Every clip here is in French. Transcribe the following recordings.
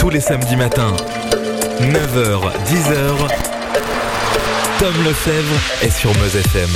tous les samedis matins. 9h, 10h, Tom Lefebvre est sur Meuse FM.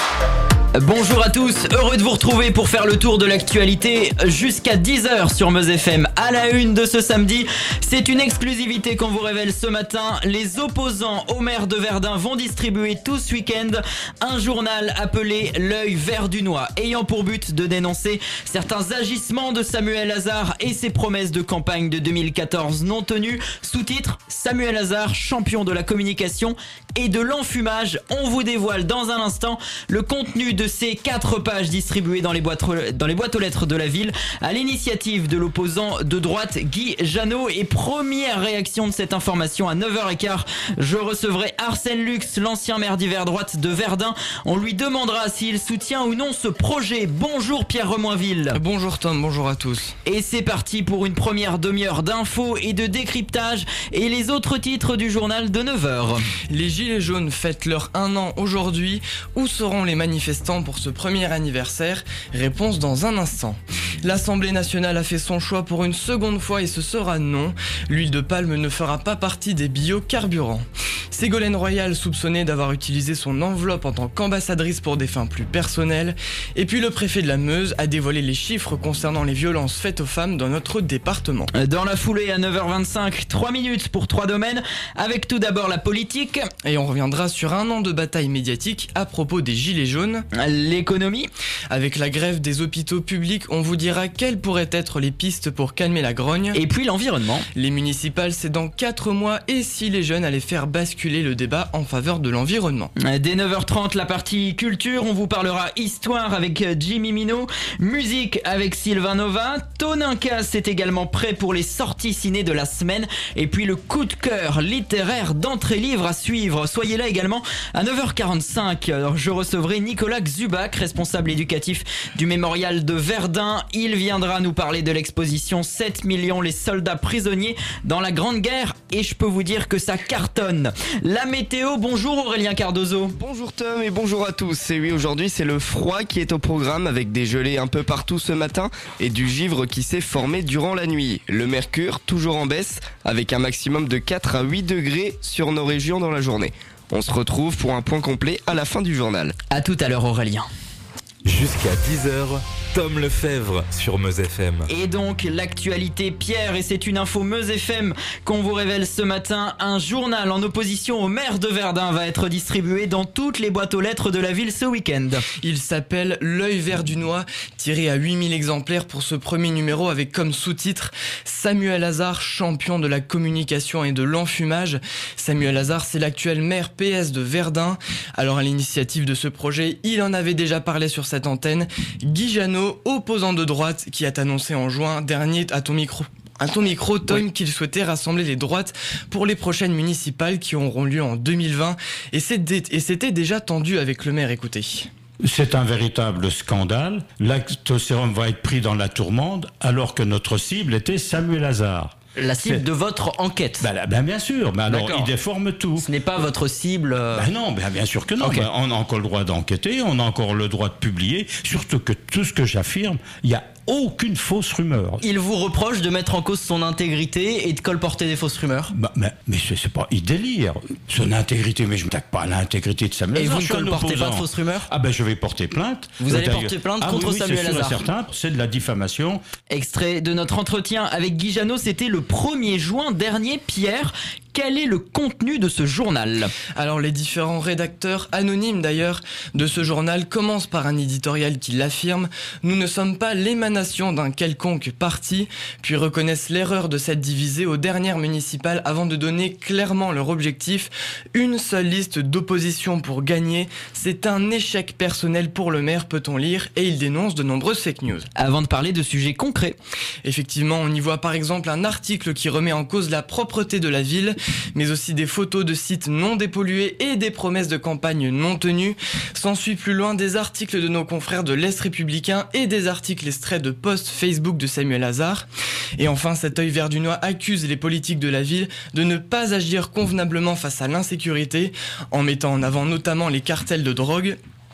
Bonjour à tous, heureux de vous retrouver pour faire le tour de l'actualité jusqu'à 10h sur Meuse FM. À la une de ce samedi, c'est une exclusivité qu'on vous révèle ce matin. Les opposants au maire de Verdun vont distribuer tout ce week-end un journal appelé L'œil verdunois, ayant pour but de dénoncer certains agissements de Samuel Hazard et ses promesses de campagne de 2014 non tenues. Sous-titre: Samuel Hazard, champion de la communication et de l'enfumage. On vous dévoile dans un instant le contenu de ces 4 pages distribuées dans les boîtes aux lettres de la ville à l'initiative de l'opposant de droite Guy Janot. Et première réaction de cette information à 9h15, je recevrai Arsène Lux, l'ancien maire d'hiver droite de Verdun. On lui demandera s'il soutient ou non ce projet. Bonjour Pierre Remoinville. Bonjour Tom, bonjour à tous. Et c'est parti pour une première demi-heure d'infos et de décryptage et les autres titres du journal de 9h. Les Gilets jaunes fêtent leur 1 an aujourd'hui. Où seront les manifestants pour ce premier anniversaire? Réponse dans un instant. L'Assemblée nationale a fait son choix pour une seconde fois et ce sera non. L'huile de palme ne fera pas partie des biocarburants. Ségolène Royal soupçonnée d'avoir utilisé son enveloppe en tant qu'ambassadrice pour des fins plus personnelles. Et puis le préfet de la Meuse a dévoilé les chiffres concernant les violences faites aux femmes dans notre département. Dans la foulée à 9h25, 3 minutes pour 3 domaines, avec tout d'abord la politique. Et on reviendra sur 1 an de bataille médiatique à propos des Gilets jaunes. L'économie. Avec la grève des hôpitaux publics, on vous dira quelles pourraient être les pistes pour calmer la grogne. Et puis l'environnement. Les municipales, c'est dans 4 mois et si les jeunes allaient faire basculer le débat en faveur de l'environnement. Dès 9h30, la partie culture, on vous parlera histoire avec Jimmy Minot, musique avec Sylvain Nova, Toninka c'est également prêt pour les sorties ciné de la semaine et puis le coup de cœur littéraire d'entrée livre à suivre. Soyez là également à 9h45. Alors, je recevrai Nicolas Xubac, responsable éducatif du mémorial de Verdun. Il viendra nous parler de l'exposition 7 millions les soldats prisonniers dans la Grande Guerre et je peux vous dire que ça cartonne. La météo, bonjour Aurélien Cardozo. Bonjour Tom et bonjour à tous. Et oui, aujourd'hui c'est le froid qui est au programme avec des gelées un peu partout ce matin et du givre qui s'est formé durant la nuit. Le mercure toujours en baisse avec un maximum de 4 à 8 degrés sur nos régions dans la journée. On se retrouve pour un point complet à la fin du journal. À tout à l'heure Aurélien. Jusqu'à 10h, Tom Lefebvre sur Meuse FM. Et donc l'actualité Pierre, et c'est une info Meuse FM qu'on vous révèle ce matin. Un journal en opposition au maire de Verdun va être distribué dans toutes les boîtes aux lettres de la ville ce week-end. Il s'appelle L'œil verdunois, tiré à 8000 exemplaires pour ce premier numéro avec comme sous-titre Samuel Hazard, champion de la communication et de l'enfumage. Samuel Hazard, c'est l'actuel maire PS de Verdun. Alors à l'initiative de ce projet, il en avait déjà parlé sur cette antenne. Guy Janot, opposant de droite, qui a annoncé en juin dernier à ton micro, Tom, oui, qu'il souhaitait rassembler les droites pour les prochaines municipales qui auront lieu en 2020. Et c'était déjà tendu avec le maire, écoutez. C'est un véritable scandale. L'actosérum va être pris dans la tourmente alors que notre cible était Samuel Hazard. La cible de votre enquête. Bien sûr, mais alors il déforme tout. Ce n'est pas votre cible. Non, bien sûr que non. Okay. On a encore le droit d'enquêter, on a encore le droit de publier. Surtout que tout ce que j'affirme, il y a aucune fausse rumeur. Il vous reproche de mettre en cause son intégrité et de colporter des fausses rumeurs. Mais c'est pas, il délire. Son intégrité, mais je ne m'attaque pas à l'intégrité de Samuel Hazard. Et vous ne colportez pas de fausses rumeurs? Je vais porter plainte. Vous allez porter plainte contre Samuel Hazard. C'est certain, c'est de la diffamation. Extrait de notre entretien avec Guy Janot, c'était le 1er juin dernier. Pierre, quel est le contenu de ce journal? Alors les différents rédacteurs, anonymes d'ailleurs, de ce journal commencent par un éditorial qui l'affirme. Nous ne sommes pas l'émanation d'un quelconque parti, puis reconnaissent l'erreur de s'être divisés aux dernières municipales avant de donner clairement leur objectif. Une seule liste d'opposition pour gagner. C'est un échec personnel pour le maire, peut-on lire, et il dénonce de nombreuses fake news. Avant de parler de sujets concrets. Effectivement, on y voit par exemple un article qui remet en cause la propreté de la ville, mais aussi des photos de sites non dépollués et des promesses de campagne non tenues. S'ensuit plus loin des articles de nos confrères de l'Est républicain et des articles extraits de posts Facebook de Samuel Hazard. Et enfin, cet œil verdunois accuse les politiques de la ville de ne pas agir convenablement face à l'insécurité, en mettant en avant notamment les cartels de drogue.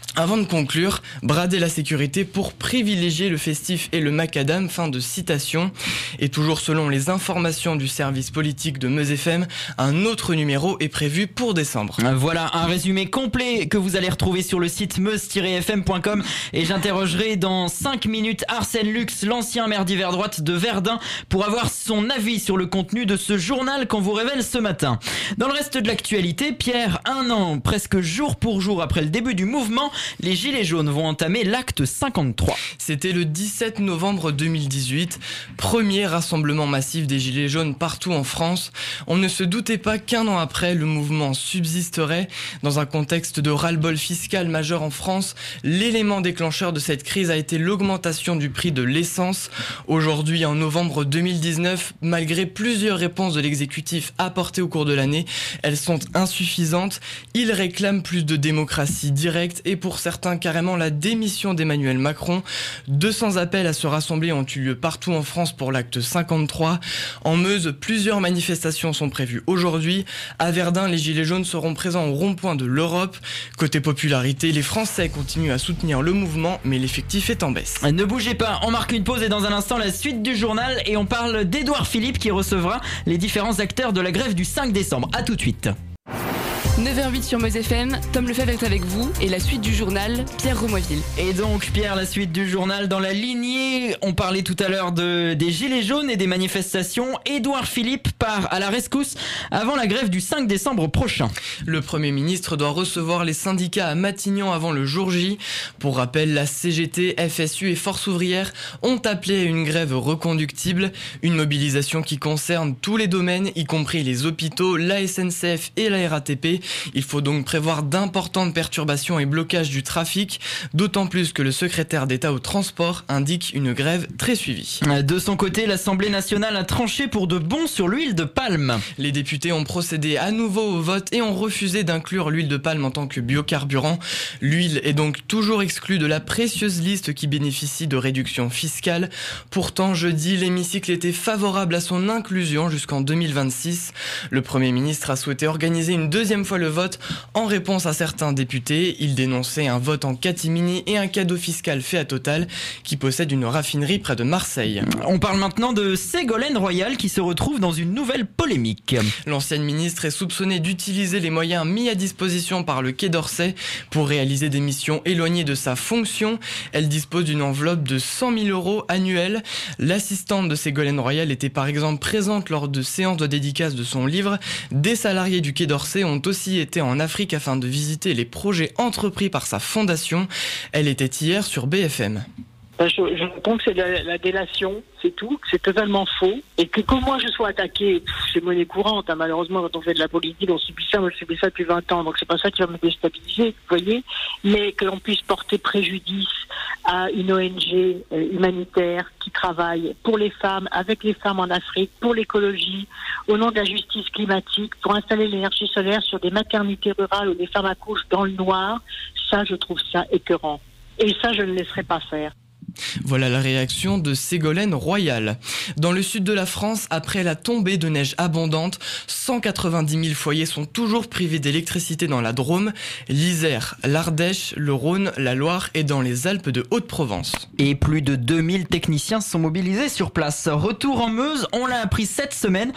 Avant de conclure, brader la sécurité pour privilégier le festif et le macadam, fin de citation. Et toujours selon les informations du service politique de Meuse FM, un autre numéro est prévu pour décembre. Voilà un résumé complet que vous allez retrouver sur le site meuse-fm.com et j'interrogerai dans 5 minutes Arsène Lux, l'ancien maire d'hiver droite de Verdun, pour avoir son avis sur le contenu de ce journal qu'on vous révèle ce matin. Dans le reste de l'actualité, Pierre, un an, presque jour pour jour après le début du mouvement, les Gilets jaunes vont entamer l'acte 53. C'était le 17 novembre 2018, premier rassemblement massif des Gilets jaunes partout en France. On ne se doutait pas qu'un an après, le mouvement subsisterait. Dans un contexte de ras-le-bol fiscal majeur en France, l'élément déclencheur de cette crise a été l'augmentation du prix de l'essence. Aujourd'hui, en novembre 2019, malgré plusieurs réponses de l'exécutif apportées au cours de l'année, elles sont insuffisantes. Ils réclament plus de démocratie directe et pour certains carrément la démission d'Emmanuel Macron. 200 appels à se rassembler ont eu lieu partout en France pour l'acte 53. En Meuse, plusieurs manifestations sont prévues aujourd'hui. À Verdun, les Gilets jaunes seront présents au rond-point de l'Europe. Côté popularité, les Français continuent à soutenir le mouvement, mais l'effectif est en baisse. Ne bougez pas, on marque une pause et dans un instant la suite du journal et on parle d'Édouard Philippe qui recevra les différents acteurs de la grève du 5 décembre. A tout de suite. 9h08 sur Meuse FM, Tom Lefebvre est avec vous et la suite du journal, Pierre Romoisville. Et donc Pierre, la suite du journal dans la lignée, on parlait tout à l'heure des Gilets jaunes et des manifestations. Édouard Philippe part à la rescousse avant la grève du 5 décembre prochain. Le Premier ministre doit recevoir les syndicats à Matignon avant le jour J. Pour rappel, la CGT, FSU et Force ouvrière ont appelé à une grève reconductible, une mobilisation qui concerne tous les domaines, y compris les hôpitaux, la SNCF et la RATP. Il faut donc prévoir d'importantes perturbations et blocages du trafic, d'autant plus que le secrétaire d'État au transport indique une grève très suivie. De son côté, l'Assemblée nationale a tranché pour de bon sur l'huile de palme. Les députés ont procédé à nouveau au vote et ont refusé d'inclure l'huile de palme en tant que biocarburant. L'huile est donc toujours exclue de la précieuse liste qui bénéficie de réductions fiscales. Pourtant, jeudi, l'hémicycle était favorable à son inclusion jusqu'en 2026. Le Premier ministre a souhaité organiser une deuxième fois le vote en réponse à certains députés. Il dénonçait un vote en catimini et un cadeau fiscal fait à Total qui possède une raffinerie près de Marseille. On parle maintenant de Ségolène Royal qui se retrouve dans une nouvelle polémique. L'ancienne ministre est soupçonnée d'utiliser les moyens mis à disposition par le Quai d'Orsay pour réaliser des missions éloignées de sa fonction. Elle dispose d'une enveloppe de 100 000 € annuels. L'assistante de Ségolène Royal était par exemple présente lors de séances de dédicace de son livre. Des salariés du Quai d'Orsay ont aussi été en Afrique afin de visiter les projets entrepris par sa fondation. Elle était hier sur BFM. Je réponds que c'est la délation, c'est tout, que c'est totalement faux. Et que moi je sois attaqué, c'est monnaie courante. Hein, malheureusement, quand on fait de la politique, on subit ça. Moi, je subis ça depuis 20 ans, donc c'est pas ça qui va me déstabiliser, vous voyez. Mais que l'on puisse porter préjudice à une ONG humanitaire qui travaille pour les femmes, avec les femmes en Afrique, pour l'écologie, au nom de la justice climatique, pour installer l'énergie solaire sur des maternités rurales où les femmes accouchent dans le noir, ça, je trouve ça écœurant. Et ça, je ne laisserai pas faire. Voilà la réaction de Ségolène Royal. Dans le sud de la France, après la tombée de neige abondante, 190 000 foyers sont toujours privés d'électricité dans la Drôme, l'Isère, l'Ardèche, le Rhône, la Loire et dans les Alpes de Haute-Provence. Et plus de 2000 techniciens sont mobilisés sur place. Retour en Meuse, on l'a appris cette semaine,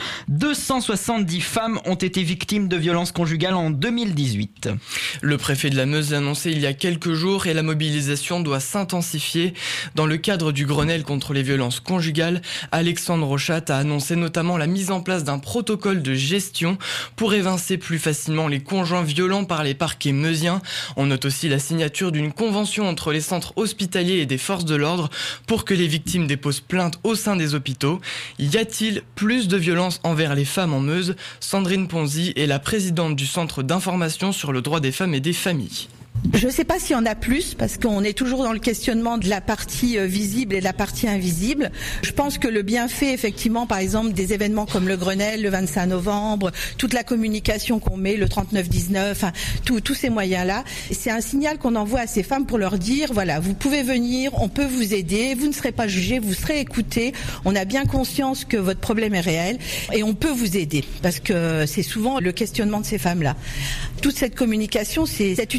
270 femmes ont été victimes de violences conjugales en 2018. Le préfet de la Meuse l'a annoncé il y a quelques jours et la mobilisation doit s'intensifier. Dans le cadre du Grenelle contre les violences conjugales, Alexandre Rochat a annoncé notamment la mise en place d'un protocole de gestion pour évincer plus facilement les conjoints violents par les parquets meusiens. On note aussi la signature d'une convention entre les centres hospitaliers et des forces de l'ordre pour que les victimes déposent plainte au sein des hôpitaux. Y a-t-il plus de violences envers les femmes en Meuse ? Sandrine Ponzi est la présidente du Centre d'information sur le droit des femmes et des familles. Je ne sais pas s'il y en a plus, parce qu'on est toujours dans le questionnement de la partie visible et de la partie invisible. Je pense que le bienfait, effectivement, par exemple, des événements comme le Grenelle, le 25 novembre, toute la communication qu'on met, le 3919, enfin, tous ces moyens-là, c'est un signal qu'on envoie à ces femmes pour leur dire, voilà, vous pouvez venir, on peut vous aider, vous ne serez pas jugés, vous serez écoutés, on a bien conscience que votre problème est réel et on peut vous aider, parce que c'est souvent le questionnement de ces femmes-là. Toute cette communication, c'est cette utilité-là.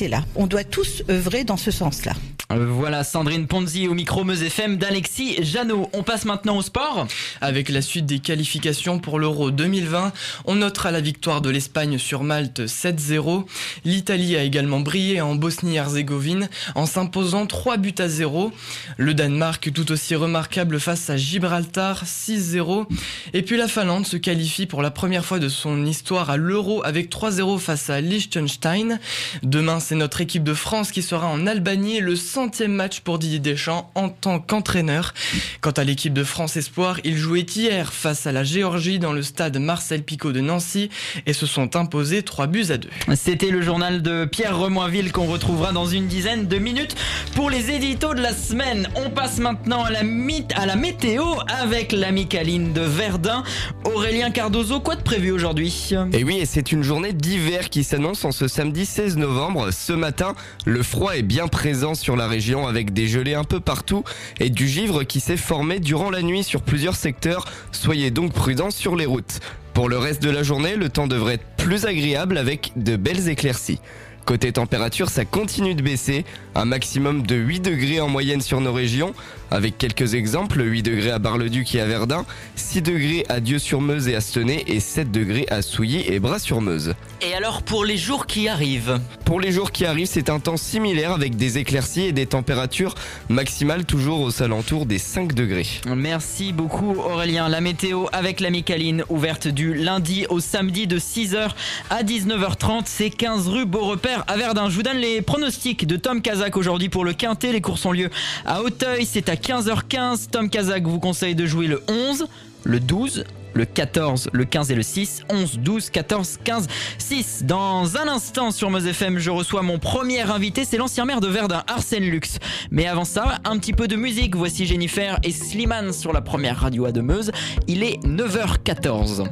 là. On doit tous œuvrer dans ce sens-là. Voilà, Sandrine Ponzi au micro Meuse FM d'Alexis Jeannot. On passe maintenant au sport. Avec la suite des qualifications pour l'Euro 2020, on notera la victoire de l'Espagne sur Malte 7-0. L'Italie a également brillé en Bosnie-Herzégovine en s'imposant 3-0. Le Danemark tout aussi remarquable face à Gibraltar 6-0. Et puis la Finlande se qualifie pour la première fois de son histoire à l'Euro avec 3-0 face à Liechtenstein. Demain, c'est notre équipe de France qui sera en Albanie, le 100e match pour Didier Deschamps en tant qu'entraîneur. Quant à l'équipe de France Espoir, ils jouaient hier face à la Géorgie dans le stade Marcel Picot de Nancy et se sont imposés 3-2. C'était le journal de Pierre Remoinville qu'on retrouvera dans une dizaine de minutes pour les éditos de la semaine. On passe maintenant à la météo avec l'ami Caline de Verdun. Aurélien Cardozo, quoi de prévu aujourd'hui ? Et oui, et c'est une journée d'hiver qui s'annonce en ce samedi 16 novembre. Ce matin, le froid est bien présent sur la région avec des gelées un peu partout et du givre qui s'est formé durant la nuit sur plusieurs secteurs. Soyez donc prudents sur les routes. Pour le reste de la journée, le temps devrait être plus agréable avec de belles éclaircies. Côté température, ça continue de baisser, un maximum de 8 degrés en moyenne sur nos régions, avec quelques exemples, 8 degrés à Bar-le-Duc et à Verdun, 6 degrés à Dieu-sur-Meuse et à Stenay et 7 degrés à Souilly et Bras-sur-Meuse. Et alors pour les jours qui arrivent ? Pour les jours qui arrivent, c'est un temps similaire avec des éclaircies et des températures maximales toujours aux alentours des 5 degrés. Merci beaucoup Aurélien. La météo avec l'ami Caline, ouverte du lundi au samedi de 6h à 19h30, c'est 15 rue Beaurepaire à Verdun. Je vous donne les pronostics de Tom Kazak aujourd'hui pour le Quintet. Les courses ont lieu à Auteuil, c'est à 15h15. Tom Kazak vous conseille de jouer le 11, le 12, le 14, le 15 et le 6, 11, 12, 14, 15, 6. Dans un instant sur Meuse FM, je reçois mon premier invité, c'est l'ancien maire de Verdun, Arsène Lux. Mais avant ça, un petit peu de musique. Voici Jennifer et Slimane sur la première radio A de Meuse. Il est 9h14.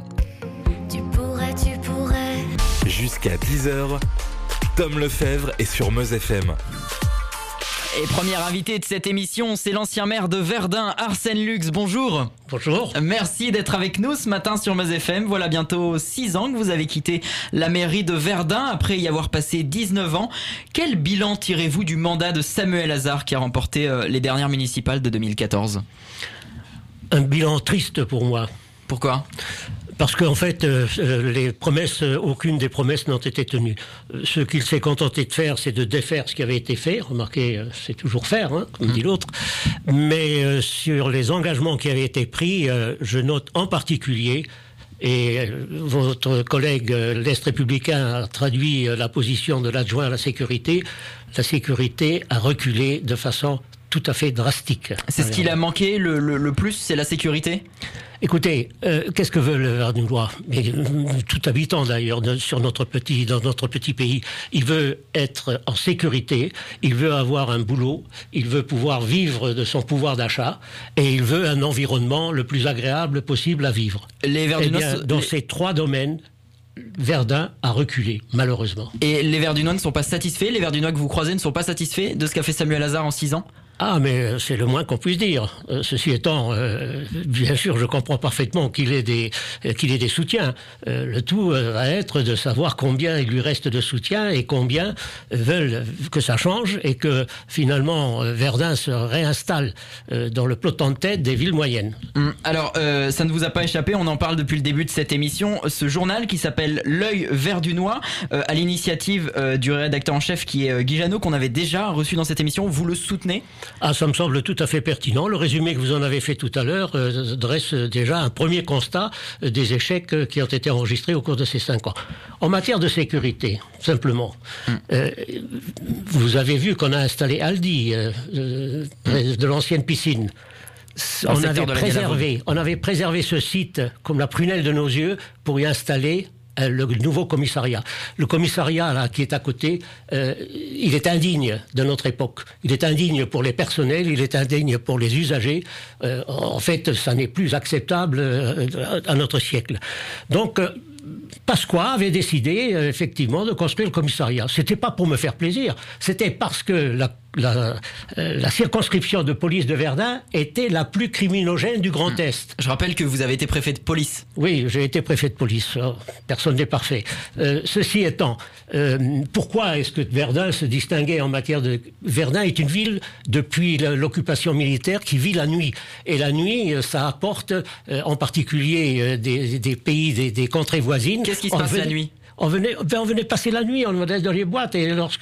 Tu pourrais. Jusqu'à 10h, Tom Lefebvre est sur Meuse FM. Et premier invité de cette émission, c'est l'ancien maire de Verdun, Arsène Lux. Bonjour. Bonjour. Merci d'être avec nous ce matin sur Meuse FM. Voilà bientôt 6 ans que vous avez quitté la mairie de Verdun après y avoir passé 19 ans. Quel bilan tirez-vous du mandat de Samuel Hazard qui a remporté les dernières municipales de 2014 ? Un bilan triste pour moi. Pourquoi ? Parce qu'en fait, les promesses, aucune des promesses n'ont été tenues. Ce qu'il s'est contenté de faire, c'est de défaire ce qui avait été fait. Remarquez, c'est toujours faire, hein, comme dit l'autre. Mais sur les engagements qui avaient été pris, je note en particulier, et votre collègue l'Est républicain a traduit la position de l'adjoint à la sécurité a reculé de façon tout à fait drastique. C'est ce qu'il a manqué le plus, c'est la sécurité ? Écoutez, qu'est-ce que veut le Verdunois ? Et tout habitant d'ailleurs dans notre petit pays, il veut être en sécurité, il veut avoir un boulot, il veut pouvoir vivre de son pouvoir d'achat et il veut un environnement le plus agréable possible à vivre. Les Verdunois, dans ces 3 domaines, Verdun a reculé, malheureusement. Et les Verdunois ne sont pas satisfaits ? Les Verdunois que vous croisez ne sont pas satisfaits de ce qu'a fait Samuel Hazard en 6 ans ? Ah, mais c'est le moins qu'on puisse dire. Ceci étant, bien sûr, je comprends parfaitement qu'il ait des soutiens. Le tout va être de savoir combien il lui reste de soutien et combien veulent que ça change et que finalement Verdun se réinstalle dans le peloton de tête des villes moyennes. Alors, ça ne vous a pas échappé, on en parle depuis le début de cette émission. Ce journal qui s'appelle L'Œil Verdunois, à l'initiative du rédacteur en chef qui est Guy Janot, qu'on avait déjà reçu dans cette émission, vous le soutenez ? Ah, ça me semble tout à fait pertinent. Le résumé que vous en avez fait tout à l'heure dresse déjà un premier constat des échecs qui ont été enregistrés au cours de ces 5 ans. En matière de sécurité, simplement, vous avez vu qu'on a installé Aldi, de l'ancienne piscine. On avait préservé ce site comme la prunelle de nos yeux pour y installer le nouveau commissariat. Le commissariat là, qui est à côté, il est indigne de notre époque. Il est indigne pour les personnels, il est indigne pour les usagers. En fait, ça n'est plus acceptable à notre siècle. Donc, Pasqua avait décidé effectivement de construire le commissariat. C'était pas pour me faire plaisir, c'était parce que la la circonscription de police de Verdun était la plus criminogène du Grand Est. Je rappelle que vous avez été préfet de police. Oui, j'ai été préfet de police. Personne n'est parfait. Ceci étant, pourquoi est-ce que Verdun se distinguait en matière de... Verdun est une ville, depuis l'occupation militaire, qui vit la nuit. Et la nuit, ça apporte, en particulier des pays, des contrées voisines... Qu'est-ce qui se passe la nuit ? On venait passer la nuit, on allait dans les boîtes, et lorsque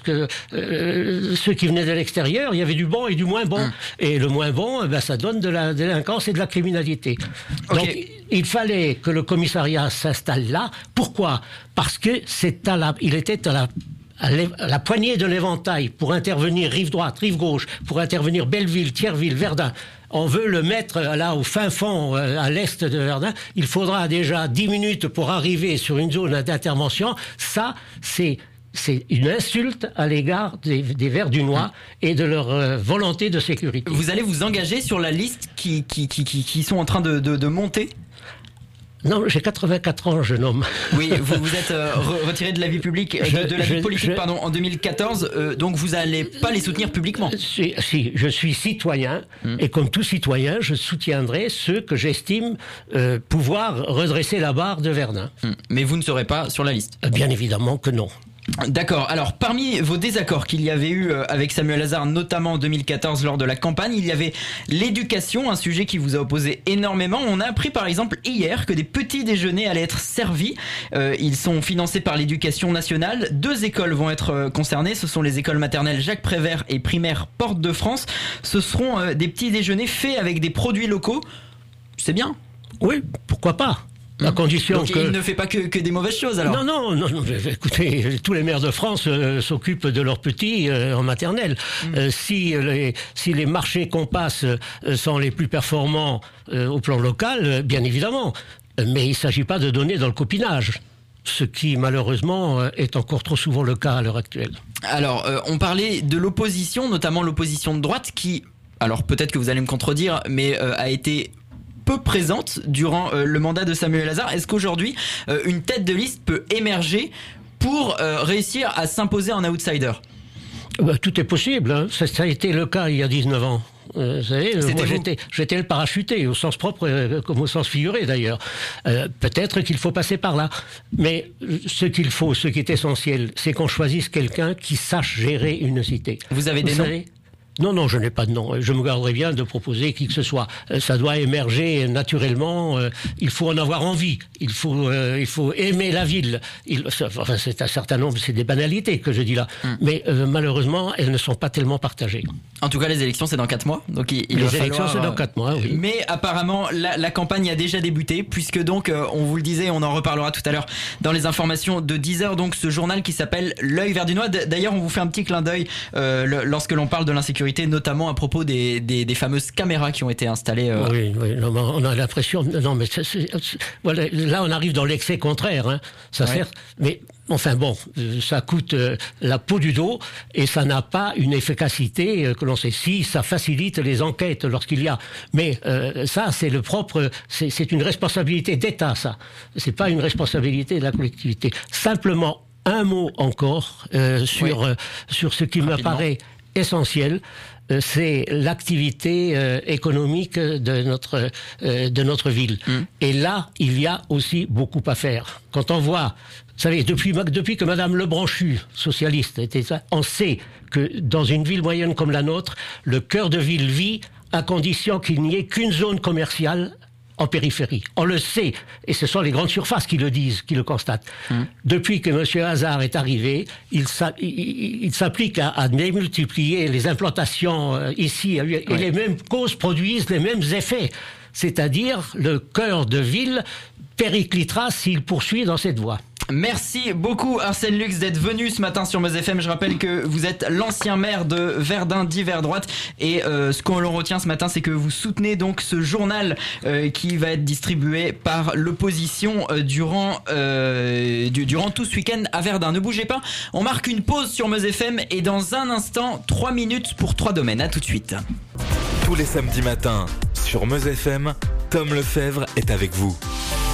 ceux qui venaient de l'extérieur, il y avait du bon et du moins bon. Et le moins bon, ça donne de la délinquance et de la criminalité. Okay. Donc, il fallait que le commissariat s'installe là. Pourquoi ? Parce que il était à la poignée de l'éventail pour intervenir rive droite, rive gauche, pour intervenir Belleville, Thierville, Verdun. On veut le mettre là au fin fond, à l'est de Verdun. Il faudra déjà 10 minutes pour arriver sur une zone d'intervention. Ça, c'est une insulte à l'égard des Verdunois et de leur volonté de sécurité. Vous allez vous engager sur la liste qui sont en train de monter ? Non, j'ai 84 ans, jeune homme. Oui, vous êtes retiré de la vie publique, de la vie politique, en 2014, donc vous n'allez pas les soutenir publiquement. Si, je suis citoyen, et comme tout citoyen, je soutiendrai ceux que j'estime pouvoir redresser la barre de Verdun. Mais vous ne serez pas sur la liste ? Bien évidemment que non. D'accord. Alors, parmi vos désaccords qu'il y avait eu avec Samuel Azar, notamment en 2014 lors de la campagne, il y avait l'éducation, un sujet qui vous a opposé énormément. On a appris par exemple hier que des petits déjeuners allaient être servis. Ils sont financés par l'éducation nationale. 2 écoles vont être concernées. Ce sont les écoles maternelles Jacques Prévert et primaire Porte de France. Ce seront des petits déjeuners faits avec des produits locaux. C'est bien. Oui, pourquoi pas ? À condition donc il ne fait pas que des mauvaises choses alors. Non, écoutez, tous les maires de France s'occupent de leurs petits en maternelle. Si les marchés qu'on passe sont les plus performants au plan local, bien évidemment. Mais il ne s'agit pas de donner dans le copinage. Ce qui, malheureusement, est encore trop souvent le cas à l'heure actuelle. Alors, on parlait de l'opposition, notamment l'opposition de droite, qui, alors peut-être que vous allez me contredire, mais a été peu présente durant le mandat de Samuel Azar. Est-ce qu'aujourd'hui, une tête de liste peut émerger pour réussir à s'imposer en outsider ? Tout est possible. Hein. Ça a été le cas il y a 19 ans. Vous savez, moi j'étais le parachuté, au sens propre comme au sens figuré d'ailleurs. Peut-être qu'il faut passer par là. Mais ce qu'il faut, ce qui est essentiel, c'est qu'on choisisse quelqu'un qui sache gérer une cité. Vous avez des noms ? Non, je n'ai pas de nom. Je me garderai bien de proposer qui que ce soit. Ça doit émerger naturellement. Il faut en avoir envie. Il faut aimer la ville. C'est un certain nombre, c'est des banalités que je dis là. Mais malheureusement, elles ne sont pas tellement partagées. En tout cas, les élections, c'est dans 4 mois. Donc les élections, c'est dans 4 mois, oui. Mais apparemment, la campagne a déjà débuté, puisque donc, on vous le disait, on en reparlera tout à l'heure dans les informations de 10h, donc ce journal qui s'appelle L'Œil Verdunois. D'ailleurs, on vous fait un petit clin d'œil lorsque l'on parle de l'insécurité, notamment à propos des fameuses caméras qui ont été installées. Oui, non, on a l'impression... Non, mais voilà, là, on arrive dans l'excès contraire. Hein, ça sert, mais enfin bon, ça coûte la peau du dos et ça n'a pas une efficacité que l'on sait. Si, ça facilite les enquêtes lorsqu'il y a... Mais ça, c'est le propre... C'est une responsabilité d'État, ça. C'est pas une responsabilité de la collectivité. Simplement, un mot encore sur ce qui me paraît essentiel, c'est l'activité économique de notre ville. Et là, il y a aussi beaucoup à faire. Quand on voit, vous savez, depuis que Madame Lebranchu, socialiste, était ça, on sait que dans une ville moyenne comme la nôtre, le cœur de ville vit à condition qu'il n'y ait qu'une zone commerciale en périphérie. On le sait, et ce sont les grandes surfaces qui le disent, qui le constatent. Depuis que M. Azar est arrivé, il s'applique à démultiplier les implantations ici, et les mêmes causes produisent les mêmes effets. C'est-à-dire, le cœur de ville périclitera s'il poursuit dans cette voie. Merci beaucoup Arsène Lux d'être venu ce matin sur Meuse FM. Je rappelle que vous êtes l'ancien maire de Verdun d'hiver droite et ce qu'on l'on retient ce matin, c'est que vous soutenez donc ce journal qui va être distribué par l'opposition durant tout ce week-end à Verdun. Ne bougez pas, on marque une pause sur Meuse FM et dans un instant 3 minutes pour 3 domaines. À tout de suite. Tous les samedis matins sur Meuse FM, Tom Lefebvre est avec vous.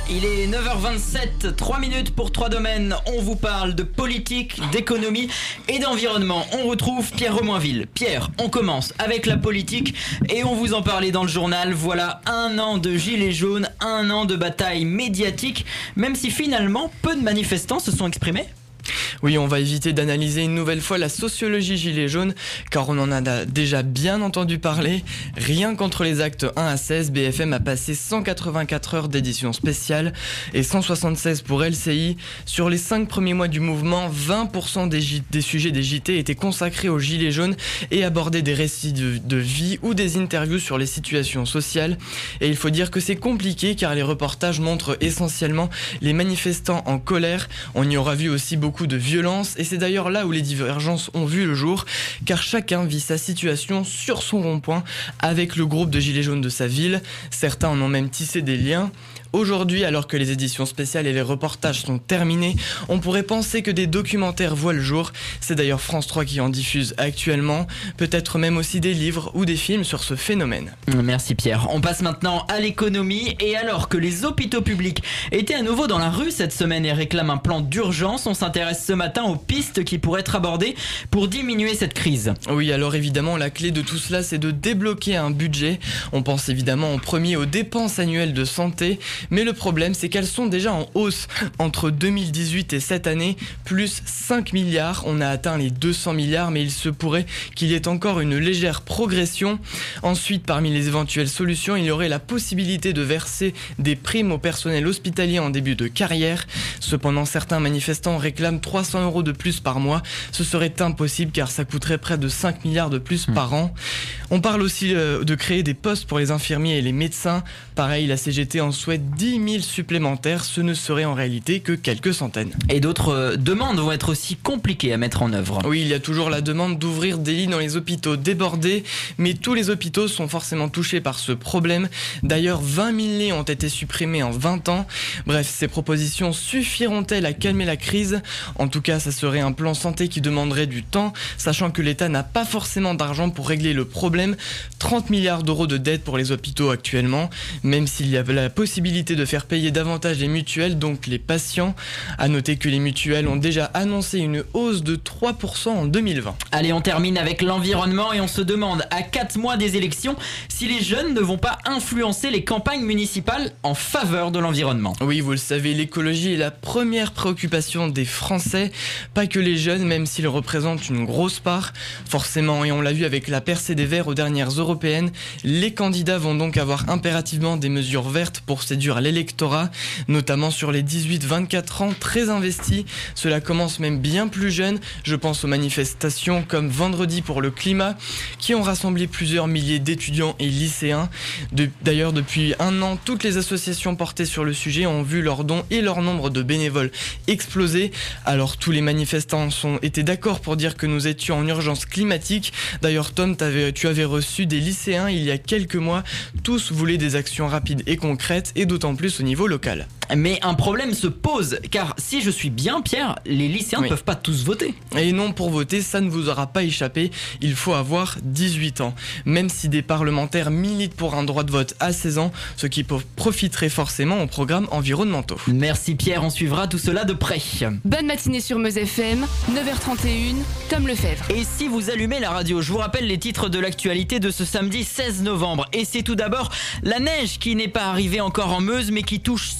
Il est 9h27, 3 minutes pour 3 domaines. On vous parle de politique, d'économie et d'environnement. On retrouve Pierre Remoinville. Pierre, on commence avec la politique et on vous en parlait dans le journal. Voilà 1 an de gilets jaunes, 1 an de bataille médiatique, même si finalement peu de manifestants se sont exprimés. Oui, on va éviter d'analyser une nouvelle fois la sociologie gilet jaune, car on en a déjà bien entendu parler. Rien qu'entre les actes 1 à 16, BFM a passé 184 heures d'édition spéciale et 176 pour LCI. Sur les 5 premiers mois du mouvement, 20% des sujets des JT étaient consacrés aux gilets jaunes et abordaient des récits de vie ou des interviews sur les situations sociales. Et il faut dire que c'est compliqué, car les reportages montrent essentiellement les manifestants en colère. On y aura vu aussi beaucoup de violence, et c'est d'ailleurs là où les divergences ont vu le jour, car chacun vit sa situation sur son rond-point avec le groupe de gilets jaunes de sa ville. Certains en ont même tissé des liens. Aujourd'hui, alors que les éditions spéciales et les reportages sont terminés, on pourrait penser que des documentaires voient le jour. C'est d'ailleurs France 3 qui en diffuse actuellement, peut-être même aussi des livres ou des films sur ce phénomène. Merci Pierre. On passe maintenant à l'économie, et alors que les hôpitaux publics étaient à nouveau dans la rue cette semaine et réclament un plan d'urgence, on s'intéresse ce matin aux pistes qui pourraient être abordées pour diminuer cette crise. Oui, alors évidemment, la clé de tout cela, c'est de débloquer un budget. On pense évidemment en premier aux dépenses annuelles de santé, mais le problème, c'est qu'elles sont déjà en hausse. Entre 2018 et cette année, plus 5 milliards. On a atteint les 200 milliards, mais il se pourrait qu'il y ait encore une légère progression. Ensuite, parmi les éventuelles solutions, il y aurait la possibilité de verser des primes au personnel hospitalier en début de carrière. Cependant, certains manifestants réclament 300 € de plus par mois. Ce serait impossible, car ça coûterait près de 5 milliards de plus par an. On parle aussi de créer des postes pour les infirmiers et les médecins. Pareil, la CGT en souhaite 10 000 supplémentaires, ce ne serait en réalité que quelques centaines. Et d'autres demandes vont être aussi compliquées à mettre en œuvre. Oui, il y a toujours la demande d'ouvrir des lits dans les hôpitaux débordés, mais tous les hôpitaux sont forcément touchés par ce problème. D'ailleurs, 20 000 lits ont été supprimés en 20 ans. Bref, ces propositions suffiront-elles à calmer la crise ? En tout cas, ça serait un plan santé qui demanderait du temps, sachant que l'État n'a pas forcément d'argent pour régler le problème. 30 milliards d'euros de dette pour les hôpitaux actuellement, même s'il y avait la possibilité de faire payer davantage les mutuelles, donc les patients. À noter que les mutuelles ont déjà annoncé une hausse de 3% en 2020. Allez, on termine avec l'environnement et on se demande, à 4 mois des élections, si les jeunes ne vont pas influencer les campagnes municipales en faveur de l'environnement. Oui, vous le savez, l'écologie est la première préoccupation des Français, pas que les jeunes, même s'ils représentent une grosse part. Forcément, et on l'a vu avec la percée des Verts aux dernières européennes, les candidats vont donc avoir impérativement des mesures vertes pour séduire l'électorat, notamment sur les 18-24 ans très investis. Cela commence même bien plus jeune. Je pense aux manifestations comme Vendredi pour le climat, qui ont rassemblé plusieurs milliers d'étudiants et lycéens. D'ailleurs, depuis 1 an, toutes les associations portées sur le sujet ont vu leurs dons et leur nombre de bénévoles exploser. Alors tous les manifestants étaient d'accord pour dire que nous étions en urgence climatique. D'ailleurs, Tom, tu avais reçu des lycéens il y a quelques mois. Tous voulaient des actions rapides et concrètes, et d'autant plus au niveau local. Mais un problème se pose, car si je suis bien Pierre, les lycéens ne peuvent pas tous voter. Et non, pour voter, ça ne vous aura pas échappé, il faut avoir 18 ans. Même si des parlementaires militent pour un droit de vote à 16 ans, ce qui profiterait forcément aux programmes environnementaux. Merci Pierre, on suivra tout cela de près. Bonne matinée sur Meuse FM, 9h31, Tom Lefebvre. Et si vous allumez la radio, je vous rappelle les titres de l'actualité de ce samedi 16 novembre. Et c'est tout d'abord la neige qui n'est pas arrivée encore en Meuse, mais qui touche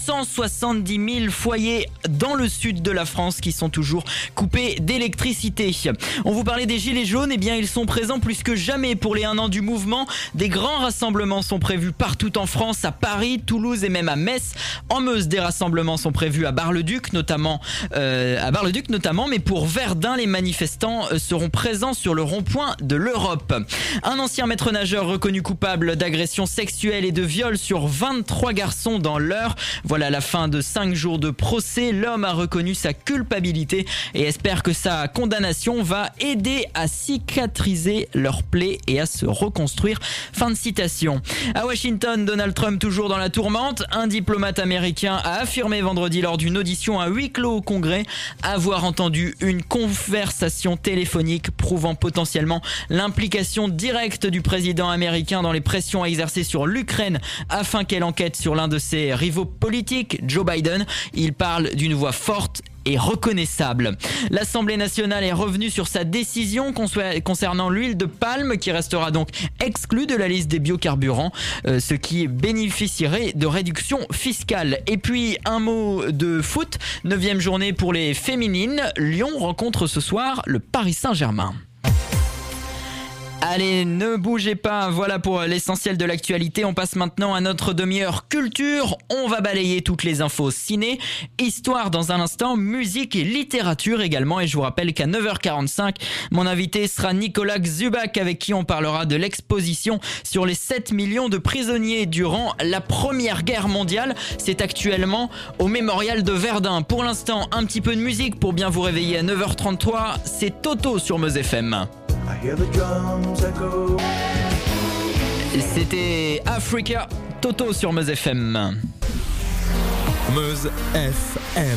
170 000 foyers dans le sud de la France qui sont toujours coupés d'électricité. On vous parlait des gilets jaunes, et bien ils sont présents plus que jamais pour les 1 an du mouvement. Des grands rassemblements sont prévus partout en France, à Paris, Toulouse et même à Metz. En Meuse, des rassemblements sont prévus à Bar-le-Duc notamment, mais pour Verdun, les manifestants seront présents sur le rond-point de l'Europe. Un ancien maître nageur reconnu coupable d'agression sexuelle et de viol sur 23 garçons dans l'Eure. Voilà la fin de 5 jours de procès. L'homme a reconnu sa culpabilité et espère que sa condamnation va aider à cicatriser leurs plaies et à se reconstruire. Fin de citation. À Washington, Donald Trump toujours dans la tourmente. Un diplomate américain a affirmé vendredi lors d'une audition à huis clos au Congrès avoir entendu une conversation téléphonique prouvant potentiellement l'implication directe du président américain dans les pressions à exercer sur l'Ukraine afin qu'elle enquête sur l'un de ses rivaux politiques, Joe Biden. Il parle d'une voix forte et reconnaissable. L'Assemblée nationale est revenue sur sa décision concernant l'huile de palme qui restera donc exclue de la liste des biocarburants, ce qui bénéficierait de réductions fiscales. Et puis un mot de foot, 9e journée pour les féminines. Lyon rencontre ce soir le Paris Saint-Germain. Allez, ne bougez pas, voilà pour l'essentiel de l'actualité. On passe maintenant à notre demi-heure culture. On va balayer toutes les infos ciné, histoire dans un instant, musique et littérature également. Et je vous rappelle qu'à 9h45, mon invité sera Nicolas Xubac, avec qui on parlera de l'exposition sur les 7 millions de prisonniers durant la Première Guerre mondiale. C'est actuellement au Mémorial de Verdun. Pour l'instant, un petit peu de musique pour bien vous réveiller à 9h33. C'est Toto sur Meuse FM. C'était Africa, Toto sur Meuse FM. Meuse FM.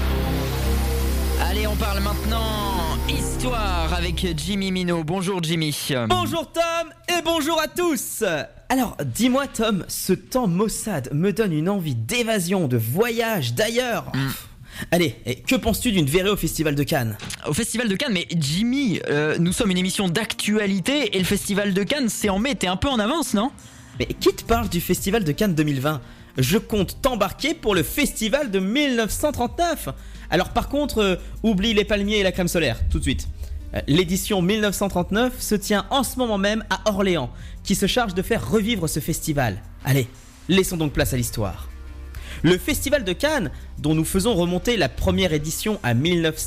Allez, on parle maintenant histoire avec Jimmy Minot. Bonjour Jimmy. Bonjour Tom et bonjour à tous. Alors, dis-moi Tom, ce temps Mossad me donne une envie d'évasion, de voyage, d'ailleurs. Allez, et que penses-tu d'une virée au Festival de Cannes ? Au Festival de Cannes, mais Jimmy, nous sommes une émission d'actualité et le Festival de Cannes, c'est en mai, t'es un peu en avance, non ? Mais qui te parle du Festival de Cannes 2020 ? Je compte t'embarquer pour le Festival de 1939 ! Alors par contre, oublie les palmiers et la crème solaire, tout de suite. L'édition 1939 se tient en ce moment même à Orléans, qui se charge de faire revivre ce festival. Allez, laissons donc place à l'histoire. Le Festival de Cannes, dont nous faisons remonter la première édition à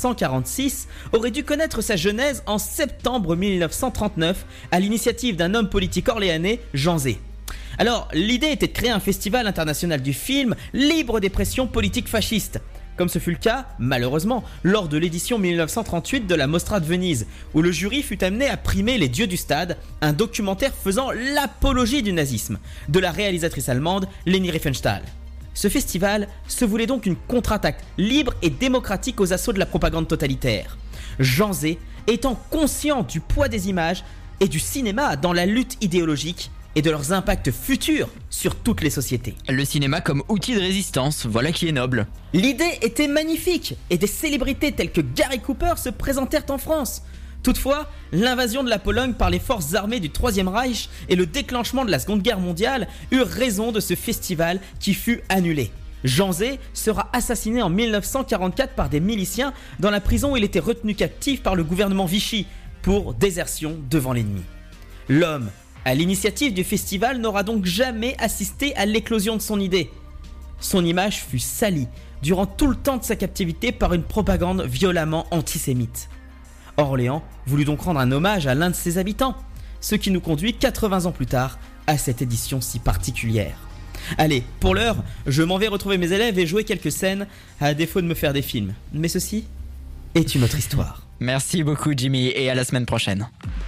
1946, aurait dû connaître sa genèse en septembre 1939 à l'initiative d'un homme politique orléanais, Jean Zay. Alors, l'idée était de créer un festival international du film libre des pressions politiques fascistes, comme ce fut le cas, malheureusement, lors de l'édition 1938 de la Mostra de Venise, où le jury fut amené à primer Les Dieux du Stade, un documentaire faisant l'apologie du nazisme, de la réalisatrice allemande Leni Riefenstahl. Ce festival se voulait donc une contre-attaque libre et démocratique aux assauts de la propagande totalitaire. Jean Zay étant conscient du poids des images et du cinéma dans la lutte idéologique et de leurs impacts futurs sur toutes les sociétés. Le cinéma comme outil de résistance, voilà qui est noble. L'idée était magnifique et des célébrités telles que Gary Cooper se présentèrent en France. Toutefois, l'invasion de la Pologne par les forces armées du Troisième Reich et le déclenchement de la Seconde Guerre mondiale eurent raison de ce festival qui fut annulé. Jean Zay sera assassiné en 1944 par des miliciens dans la prison où il était retenu captif par le gouvernement Vichy pour désertion devant l'ennemi. L'homme, à l'initiative du festival, n'aura donc jamais assisté à l'éclosion de son idée. Son image fut salie durant tout le temps de sa captivité par une propagande violemment antisémite. Orléans voulut donc rendre un hommage à l'un de ses habitants, ce qui nous conduit 80 ans plus tard à cette édition si particulière. Allez, pour l'heure, je m'en vais retrouver mes élèves et jouer quelques scènes, à défaut de me faire des films. Mais ceci est une autre histoire. Merci beaucoup Jimmy et à la semaine prochaine.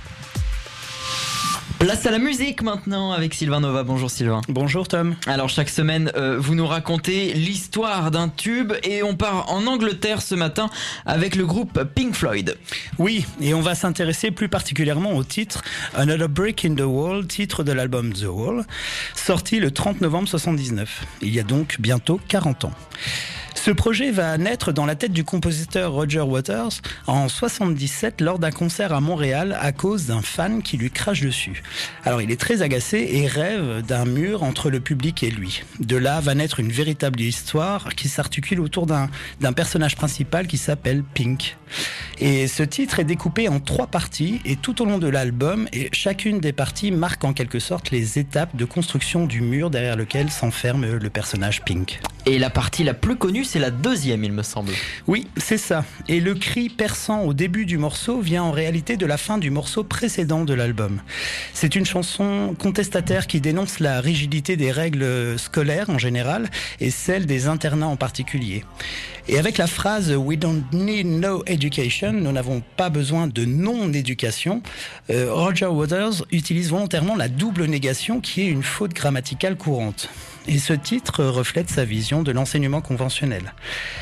Place à la musique maintenant avec Sylvain Nova. Bonjour Sylvain. Bonjour Tom. Alors chaque semaine, vous nous racontez l'histoire d'un tube et on part en Angleterre ce matin avec le groupe Pink Floyd. Oui, et on va s'intéresser plus particulièrement au titre Another Brick in the Wall, titre de l'album The Wall, sorti le 30 novembre 1979. Il y a donc bientôt 40 ans. Ce projet va naître dans la tête du compositeur Roger Waters en 1977 lors d'un concert à Montréal à cause d'un fan qui lui crache dessus. Alors il est très agacé et rêve d'un mur entre le public et lui. De là va naître une véritable histoire qui s'articule autour d'un personnage principal qui s'appelle Pink. Et ce titre est découpé en 3 parties et tout au long de l'album, et chacune des parties marque en quelque sorte les étapes de construction du mur derrière lequel s'enferme le personnage Pink. Et la partie la plus connue, c'est la deuxième, il me semble. Oui, c'est ça. Et le cri perçant au début du morceau vient en réalité de la fin du morceau précédent de l'album. C'est une chanson contestataire qui dénonce la rigidité des règles scolaires en général et celle des internats en particulier. Et avec la phrase « We don't need no education », nous n'avons pas besoin de non-éducation, Roger Waters utilise volontairement la double négation qui est une faute grammaticale courante. Et ce titre reflète sa vision de l'enseignement conventionnel.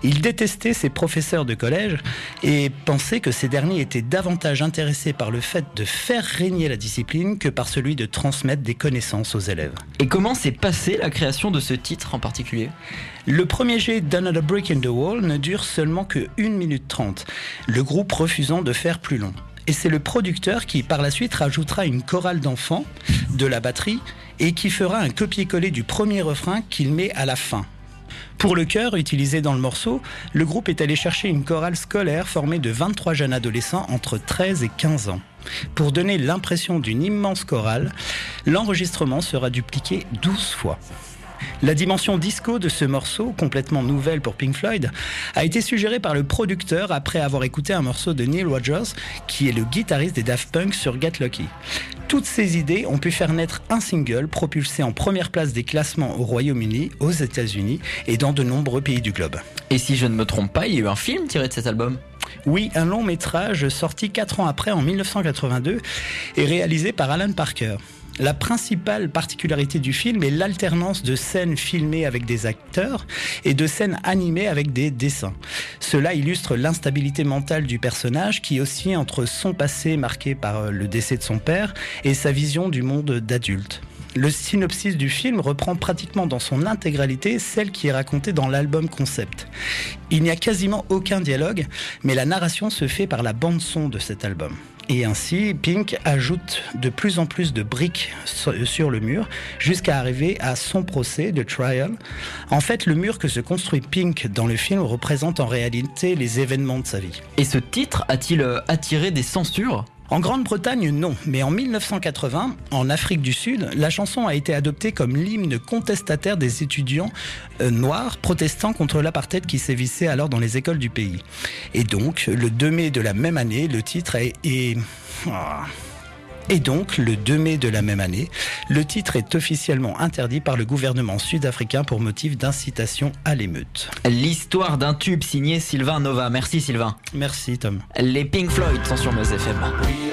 Il détestait ses professeurs de collège et pensait que ces derniers étaient davantage intéressés par le fait de faire régner la discipline que par celui de transmettre des connaissances aux élèves. Et comment s'est passée la création de ce titre en particulier ? Le premier jet d'Another Brick in the Wall ne dure seulement que 1 minute 30, le groupe refusant de faire plus long. Et c'est le producteur qui par la suite rajoutera une chorale d'enfants, de la batterie, et qui fera un copier-coller du premier refrain qu'il met à la fin. Pour le chœur utilisé dans le morceau, le groupe est allé chercher une chorale scolaire formée de 23 jeunes adolescents entre 13 et 15 ans. Pour donner l'impression d'une immense chorale, l'enregistrement sera dupliqué 12 fois. La dimension disco de ce morceau, complètement nouvelle pour Pink Floyd, a été suggérée par le producteur après avoir écouté un morceau de Neil Rogers, qui est le guitariste des Daft Punk sur Get Lucky. Toutes ces idées ont pu faire naître un single propulsé en première place des classements au Royaume-Uni, aux États-Unis et dans de nombreux pays du globe. Et si je ne me trompe pas, il y a eu un film tiré de cet album ? Oui, un long métrage sorti 4 ans après, en 1982, et réalisé par Alan Parker. La principale particularité du film est l'alternance de scènes filmées avec des acteurs et de scènes animées avec des dessins. Cela illustre l'instabilité mentale du personnage qui oscille entre son passé marqué par le décès de son père et sa vision du monde d'adulte. Le synopsis du film reprend pratiquement dans son intégralité celle qui est racontée dans l'album concept. Il n'y a quasiment aucun dialogue, mais la narration se fait par la bande-son de cet album. Et ainsi, Pink ajoute de plus en plus de briques sur le mur, jusqu'à arriver à son procès, The Trial. En fait, le mur que se construit Pink dans le film représente en réalité les événements de sa vie. Et ce titre a-t-il attiré des censures ? En Grande-Bretagne, non. Mais en 1980, en Afrique du Sud, la chanson a été adoptée comme l'hymne contestataire des étudiants noirs protestant contre l'apartheid qui sévissait alors dans les écoles du pays. Et donc, le 2 mai de la même année, le titre est officiellement interdit par le gouvernement sud-africain pour motif d'incitation à l'émeute. L'histoire d'un tube signé Sylvain Nova. Merci Sylvain. Merci Tom. Les Pink Floyd sont sur Meuse FM.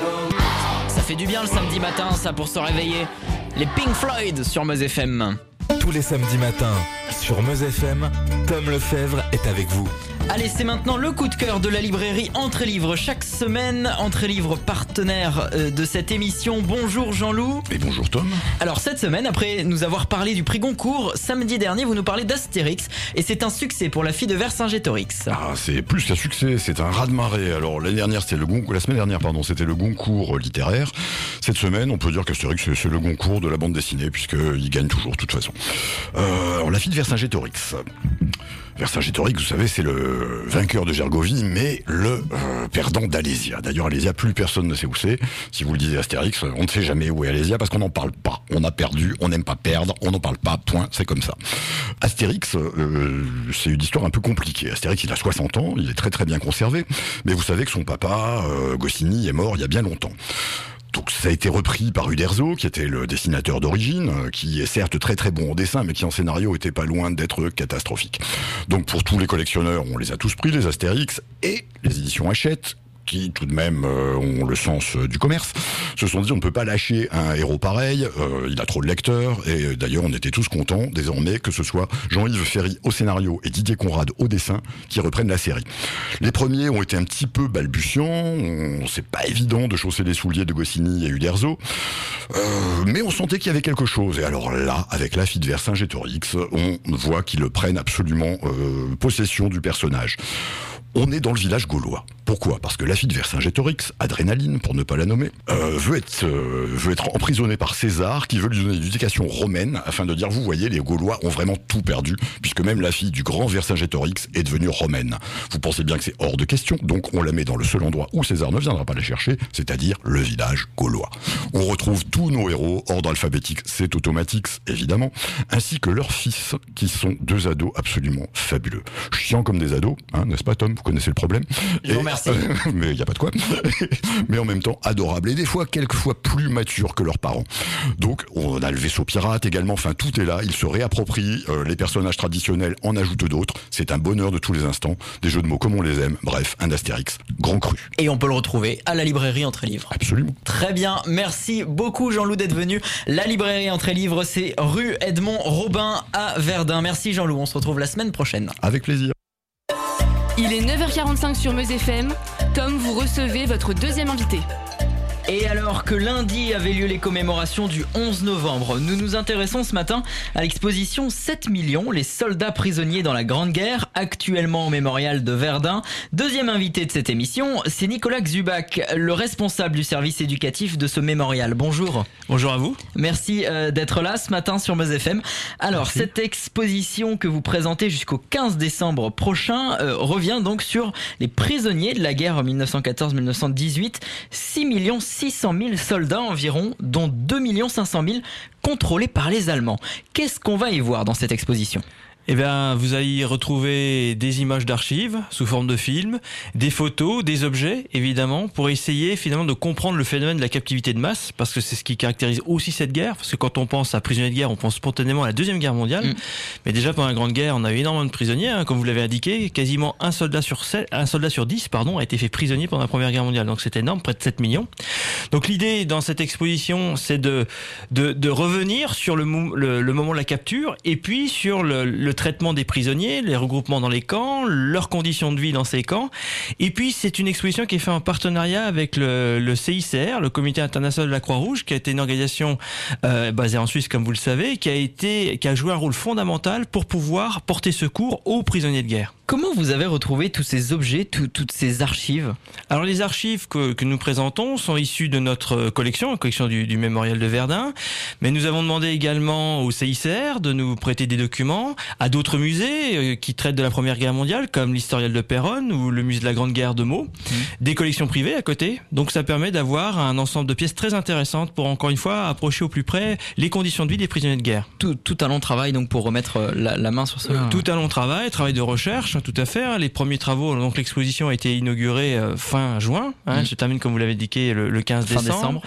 Ça fait du bien le samedi matin, ça, pour se réveiller. Les Pink Floyd sur Meuse FM. Tous les samedis matins, sur Meuse FM, Tom Lefebvre est avec vous. Allez, c'est maintenant le coup de cœur de la librairie Entrée-Livres. Chaque semaine, Entrée-Livres, partenaire de cette émission. Bonjour Jean-Loup. Et bonjour Tom. Alors cette semaine, après nous avoir parlé du prix Goncourt, samedi dernier, vous nous parlez d'Astérix. Et c'est un succès pour la fille de Vercingétorix. Ah, c'est plus qu'un succès, c'est un raz-de-marée. Alors la semaine dernière, c'était le Goncourt littéraire. Cette semaine, on peut dire qu'Astérix, c'est le Goncourt de la bande dessinée, puisqu'il gagne toujours, de toute façon. Alors la fille de Vercingétorix. Vercingétorix, vous savez, c'est le vainqueur de Gergovie, mais le perdant d'Alésia. D'ailleurs, Alésia, plus personne ne sait où c'est. Si vous le disiez Astérix, on ne sait jamais où est Alésia parce qu'on n'en parle pas. On a perdu, on n'aime pas perdre, on n'en parle pas, point, c'est comme ça. Astérix, c'est une histoire un peu compliquée. Astérix, il a 60 ans, il est très très bien conservé, mais vous savez que son papa, Goscinny, est mort il y a bien longtemps. Donc ça a été repris par Uderzo, qui était le dessinateur d'origine, qui est certes très très bon en dessin, mais qui en scénario était pas loin d'être catastrophique. Donc pour tous les collectionneurs, on les a tous pris, les Astérix, et les éditions Hachette, qui tout de même ont le sens du commerce, se sont dit on ne peut pas lâcher un héros pareil, il a trop de lecteurs, et d'ailleurs on était tous contents désormais que ce soit Jean-Yves Ferry au scénario et Didier Conrad au dessin qui reprennent la série. Les premiers ont été un petit peu balbutiants, c'est pas évident de chausser les souliers de Goscinny et Uderzo, mais on sentait qu'il y avait quelque chose, et alors là, avec la fille de Vercingétorix, on voit qu'ils prennent absolument possession du personnage. On est dans le village gaulois. Pourquoi ? Parce que la fille de Vercingétorix, Adrénaline, pour ne pas la nommer, veut être emprisonnée par César, qui veut lui donner une éducation romaine, afin de dire, vous voyez, les Gaulois ont vraiment tout perdu, puisque même la fille du grand Vercingétorix est devenue romaine. Vous pensez bien que c'est hors de question, donc on la met dans le seul endroit où César ne viendra pas la chercher, c'est-à-dire le village gaulois. On retrouve tous nos héros, ordre alphabétique, c'est Automatix, évidemment, ainsi que leurs fils, qui sont deux ados absolument fabuleux. Chiants comme des ados, hein, n'est-ce pas Tom ? Vous connaissez le problème. Je vous remercie. Mais il n'y a pas de quoi. Mais en même temps, adorables. Et des fois, quelquefois plus matures que leurs parents. Donc, on a le vaisseau pirate également. Enfin, tout est là. Ils se réapproprient les personnages traditionnels, en ajoutent d'autres. C'est un bonheur de tous les instants. Des jeux de mots comme on les aime. Bref, un Astérix grand cru. Et on peut le retrouver à la librairie Entrée-Livres. Absolument. Très bien. Merci beaucoup, Jean-Loup, d'être venu. La librairie Entrée-Livres, c'est rue Edmond Robin à Verdun. Merci, Jean-Loup. On se retrouve la semaine prochaine. Avec plaisir. Il est 9h45 sur Meuse FM. Tom, vous recevez votre deuxième invité. Et alors que lundi avaient lieu les commémorations du 11 novembre, nous nous intéressons ce matin à l'exposition 7 millions, les soldats prisonniers dans la Grande Guerre, actuellement au mémorial de Verdun. Deuxième invité de cette émission, c'est Nicolas Xubac, le responsable du service éducatif de ce mémorial. Bonjour. Bonjour à vous. Merci d'être là ce matin sur Meuse FM. Alors, merci. Cette exposition que vous présentez jusqu'au 15 décembre prochain revient donc sur les prisonniers de la guerre 1914-1918, 6 000 soldats environ, dont 2 500 000 contrôlés par les Allemands. Qu'est-ce qu'on va y voir dans cette exposition ? Eh bien, vous allez y retrouver des images d'archives sous forme de films, des photos, des objets, évidemment, pour essayer finalement de comprendre le phénomène de la captivité de masse, parce que c'est ce qui caractérise aussi cette guerre, parce que quand on pense à prisonniers de guerre, on pense spontanément à la Deuxième Guerre mondiale, mais déjà pendant la Grande Guerre, on a eu énormément de prisonniers, comme vous l'avez indiqué, quasiment un soldat sur 10 a été fait prisonnier pendant la Première Guerre mondiale, donc c'est énorme, près de 7 millions. Donc l'idée dans cette exposition, c'est de revenir sur le moment de la capture, et puis sur le traitement des prisonniers, les regroupements dans les camps, leurs conditions de vie dans ces camps. Et puis c'est une exposition qui est faite en partenariat avec le CICR, le Comité international de la Croix-Rouge, qui a été une organisation basée en Suisse, comme vous le savez, qui a joué un rôle fondamental pour pouvoir porter secours aux prisonniers de guerre. Comment vous avez retrouvé tous ces objets, toutes ces archives ? Alors les archives que nous présentons sont issues de notre collection, la collection du mémorial de Verdun, mais nous avons demandé également au CICR de nous prêter des documents, à d'autres musées qui traitent de la Première Guerre mondiale, comme l'Historial de Péronne ou le musée de la Grande Guerre de Meaux, des collections privées à côté. Donc ça permet d'avoir un ensemble de pièces très intéressantes pour, encore une fois, approcher au plus près les conditions de vie des prisonniers de guerre. Tout un long travail donc pour remettre la main sur cela. Tout un long travail de recherche. Tout à fait. Les premiers travaux, donc l'exposition a été inaugurée fin juin. Je termine comme vous l'avez indiqué le 15 décembre.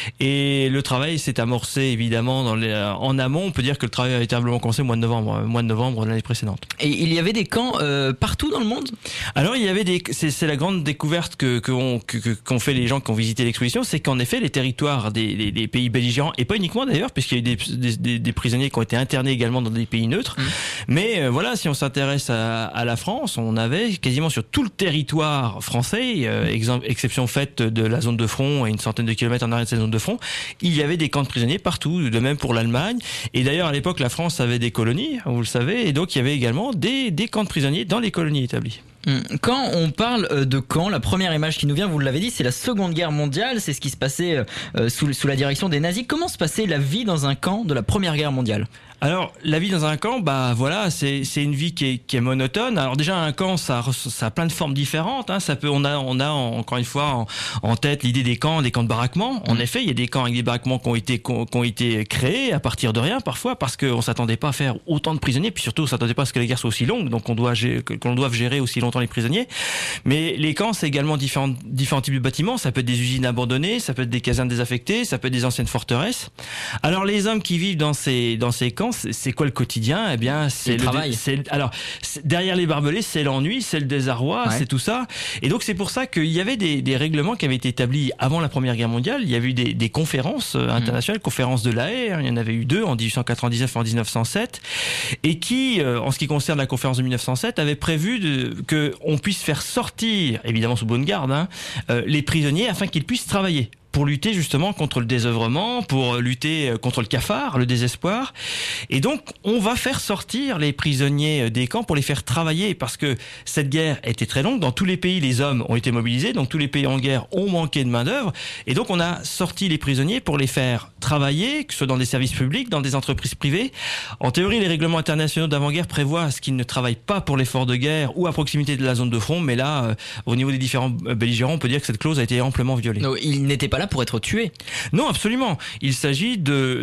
Et le travail s'est amorcé évidemment en amont. On peut dire que le travail a véritablement commencé au mois de novembre de l'année précédente. Et il y avait des camps partout dans le monde ? Alors il y avait c'est la grande découverte qu'ont fait les gens qui ont visité l'exposition, c'est qu'en effet les territoires des pays belligérants, et pas uniquement d'ailleurs, puisqu'il y a eu des prisonniers qui ont été internés également dans des pays neutres. Mais voilà, si on s'intéresse à la France, on avait quasiment sur tout le territoire français, exception faite de la zone de front et une centaine de kilomètres en arrière de cette zone de front, il y avait des camps de prisonniers partout, de même pour l'Allemagne. Et d'ailleurs, à l'époque, la France avait des colonies, vous le savez, et donc il y avait également des camps de prisonniers dans les colonies établies. Quand on parle de camp, la première image qui nous vient, vous l'avez dit, c'est la Seconde Guerre mondiale, c'est ce qui se passait sous la direction des nazis. Comment se passait la vie dans un camp de la Première Guerre mondiale ? Alors, la vie dans un camp, c'est une vie qui est monotone. Alors déjà, un camp, ça a plein de formes différentes. On a encore une fois en tête l'idée des camps de baraquement. En effet, il y a des camps avec des baraquements qui ont été créés à partir de rien parfois, parce qu'on s'attendait pas à faire autant de prisonniers, puis surtout on s'attendait pas à ce que les guerres soient aussi longues, donc qu'on doive gérer aussi longtemps les prisonniers. Mais les camps, c'est également différents types de bâtiments. Ça peut être des usines abandonnées, ça peut être des casernes désaffectées, ça peut être des anciennes forteresses. Alors les hommes qui vivent dans ces camps, c'est quoi le quotidien ? Eh bien, c'est le travail. Derrière les barbelés, c'est l'ennui, c'est le désarroi, c'est tout ça. Et donc c'est pour ça qu'il y avait des règlements qui avaient été établis avant la Première Guerre mondiale. Il y avait eu des conférences internationales, conférences de La Haye. Il y en avait eu 2 en 1899 et en 1907, et qui, en ce qui concerne la conférence de 1907, avait prévu qu'on puisse faire sortir, évidemment sous bonne garde, les prisonniers afin qu'ils puissent travailler, pour lutter justement contre le désœuvrement, pour lutter contre le cafard, le désespoir. Et donc, on va faire sortir les prisonniers des camps pour les faire travailler, parce que cette guerre était très longue. Dans tous les pays, les hommes ont été mobilisés, donc tous les pays en guerre ont manqué de main-d'œuvre. Et donc, on a sorti les prisonniers pour les faire travailler, que ce soit dans des services publics, dans des entreprises privées. En théorie, les règlements internationaux d'avant-guerre prévoient ce qu'ils ne travaillent pas pour l'effort de guerre ou à proximité de la zone de front, mais là, au niveau des différents belligérants, on peut dire que cette clause a été amplement violée. Non, ils n'étaient pas là pour être tués. Non, absolument. Il s'agit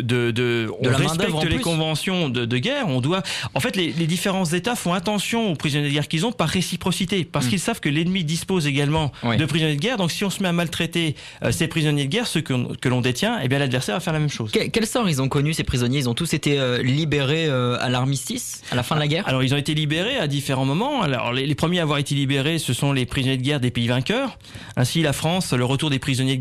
on respecte les conventions de guerre. En fait, les différents États font attention aux prisonniers de guerre qu'ils ont par réciprocité, parce qu'ils savent que l'ennemi dispose également de prisonniers de guerre. Donc, si on se met à maltraiter ces prisonniers de guerre, ceux que l'on détient, eh bien l'adversaire va faire la même chose. Quel sort ils ont connu, ces prisonniers ? Ils ont tous été libérés à l'armistice, à la fin de la guerre ? Alors, ils ont été libérés à différents moments. Alors, les premiers à avoir été libérés, ce sont les prisonniers de guerre des pays vainqueurs. Ainsi, la France, le retour des prisonniers de guerre français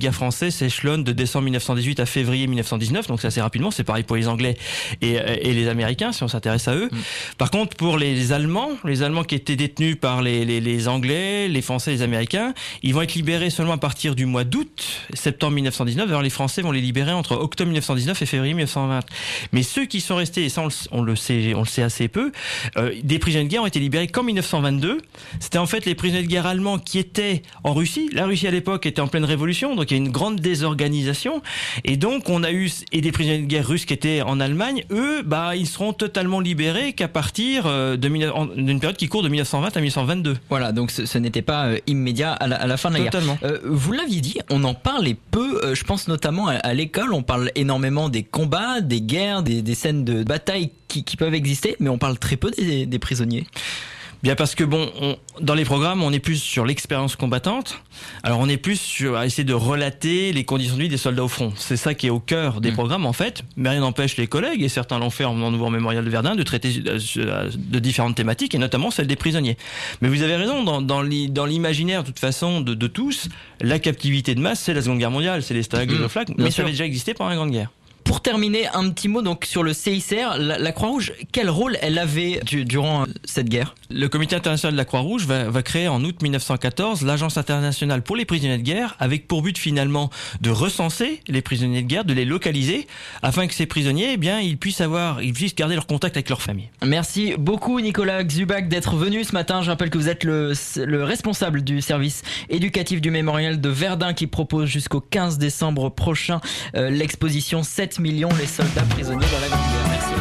français s'échelonne de décembre 1918 à février 1919, donc c'est assez rapidement. C'est pareil pour les Anglais et les Américains, si on s'intéresse à eux. Par contre, pour les Allemands qui étaient détenus par les Anglais, les Français et les Américains, ils vont être libérés seulement à partir du mois d'août, septembre 1919. Alors les Français vont les libérer entre octobre 1919 et février 1920. Mais ceux qui sont restés, et ça on le sait assez peu, des prisonniers de guerre ont été libérés qu'en 1922. C'était en fait les prisonniers de guerre allemands qui étaient en Russie. La Russie à l'époque était en pleine révolution, donc il y a une grande désorganisation. Et donc on a eu des prisonniers de guerre russes qui étaient en Allemagne. Eux, ils seront totalement libérés qu'à partir d'une période qui court de 1920 à 1922. Voilà, donc ce n'était pas immédiat à la fin de la Totalement. guerre. Vous l'aviez dit, on en parlait peu. Je pense notamment à l'école, on parle énormément des combats, des guerres, des scènes de bataille qui peuvent exister, mais on parle très peu des prisonniers. Bien parce que dans les programmes, on est plus sur l'expérience combattante. Alors on est plus à essayer de relater les conditions de vie des soldats au front. C'est ça qui est au cœur des programmes en fait. Mais rien n'empêche les collègues, et certains l'ont fait en venant nous voir au Mémorial de Verdun, de traiter de différentes thématiques, et notamment celle des prisonniers. Mais vous avez raison, dans l'imaginaire de toute façon de tous, la captivité de masse, c'est la Seconde Guerre mondiale, c'est les stalags et les flaques, mais ça avait déjà existé pendant la Grande Guerre. Pour terminer, un petit mot donc sur le CICR, la Croix-Rouge, quel rôle elle avait durant cette guerre ? Le Comité international de la Croix-Rouge va créer en août 1914 l'Agence internationale pour les prisonniers de guerre, avec pour but finalement de recenser les prisonniers de guerre, de les localiser, afin que ces prisonniers, ils puissent garder leur contact avec leur famille. Merci beaucoup Nicolas Xubac d'être venu ce matin. Je rappelle que vous êtes le responsable du service éducatif du Mémorial de Verdun qui propose jusqu'au 15 décembre prochain l'exposition 7 millions les soldats prisonniers dans la Grande Guerre.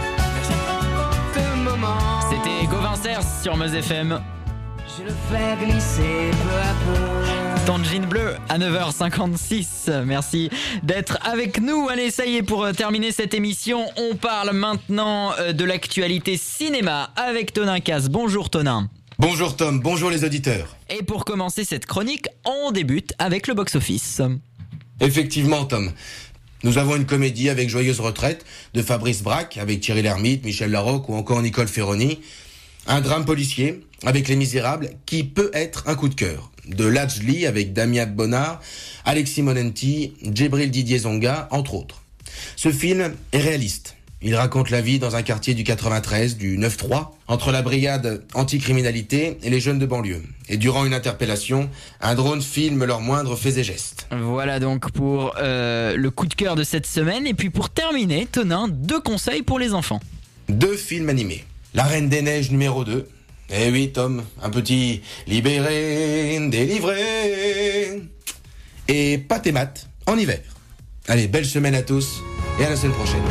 Merci. C'était Gauvin Cers sur Meuse FM. Je le fais glisser peu à peu. Ton jean bleu à 9h56. Merci d'être avec nous. Allez, ça y est, pour terminer cette émission, on parle maintenant de l'actualité cinéma avec Tonin Casse. Bonjour Tonin. Bonjour Tom, bonjour les auditeurs. Et pour commencer cette chronique, on débute avec le box-office. Effectivement Tom. Nous avons une comédie avec Joyeuse retraite de Fabrice Braque, avec Thierry Lhermitte, Michel Larocque ou encore Nicole Ferroni. Un drame policier avec Les Misérables qui peut être un coup de cœur. De Lajli avec Damien Bonnard, Alexis Monenti, Djibril Didier Zonga, entre autres. Ce film est réaliste. Il raconte la vie dans un quartier du 93, du 9-3, entre la brigade anticriminalité et les jeunes de banlieue. Et durant une interpellation, un drone filme leurs moindres faits et gestes. Voilà donc pour le coup de cœur de cette semaine. Et puis pour terminer, Tonin, 2 conseils pour les enfants. 2 films animés. La Reine des Neiges numéro 2. Eh oui Tom, un petit libéré, délivré. Et Pat et Matt en hiver. Allez, belle semaine à tous et à la semaine prochaine.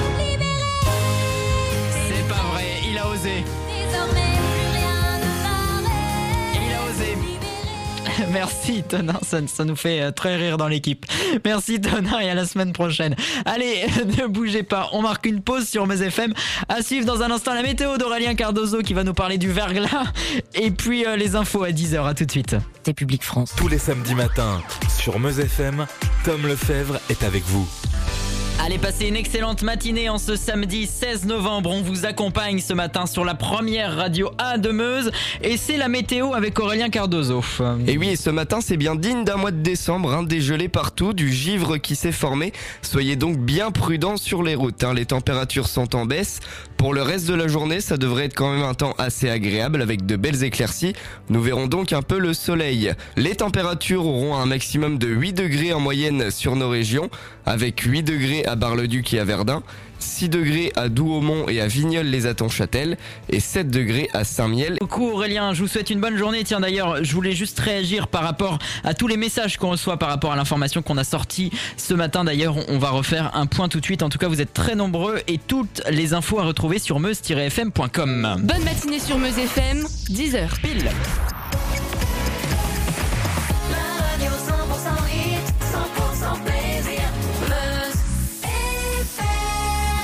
Merci Tonin, ça nous fait très rire dans l'équipe. Merci Tonin et à la semaine prochaine. Allez, ne bougez pas, on marque une pause sur Meuse FM. À suivre dans un instant la météo d'Aurélien Cardozo qui va nous parler du verglas. Et puis les infos à 10h, à tout de suite. T'es Public France. Tous les samedis matins sur Meuse FM, Tom Lefebvre est avec vous. Allez, passez une excellente matinée en ce samedi 16 novembre. On vous accompagne ce matin sur la première radio A de Meuse. Et c'est la météo avec Aurélien Cardozo. Et oui, et ce matin, c'est bien digne d'un mois de décembre. Des gelées partout, du givre qui s'est formé. Soyez donc bien prudents sur les routes. Les températures sont en baisse. Pour le reste de la journée, ça devrait être quand même un temps assez agréable avec de belles éclaircies. Nous verrons donc un peu le soleil. Les températures auront un maximum de 8 degrés en moyenne sur nos régions, avec 8 degrés à Bar-le-Duc et à Verdun, 6 degrés à Douaumont et à Vigneulles-les-Athons-Châtel et 7 degrés à Saint-Miel. Beaucoup Aurélien, je vous souhaite une bonne journée. Tiens d'ailleurs, je voulais juste réagir par rapport à tous les messages qu'on reçoit par rapport à l'information qu'on a sortie ce matin. D'ailleurs, on va refaire un point tout de suite. En tout cas, vous êtes très nombreux et toutes les infos à retrouver sur meuse-fm.com. Bonne matinée sur Meuse FM, 10h pile. Et les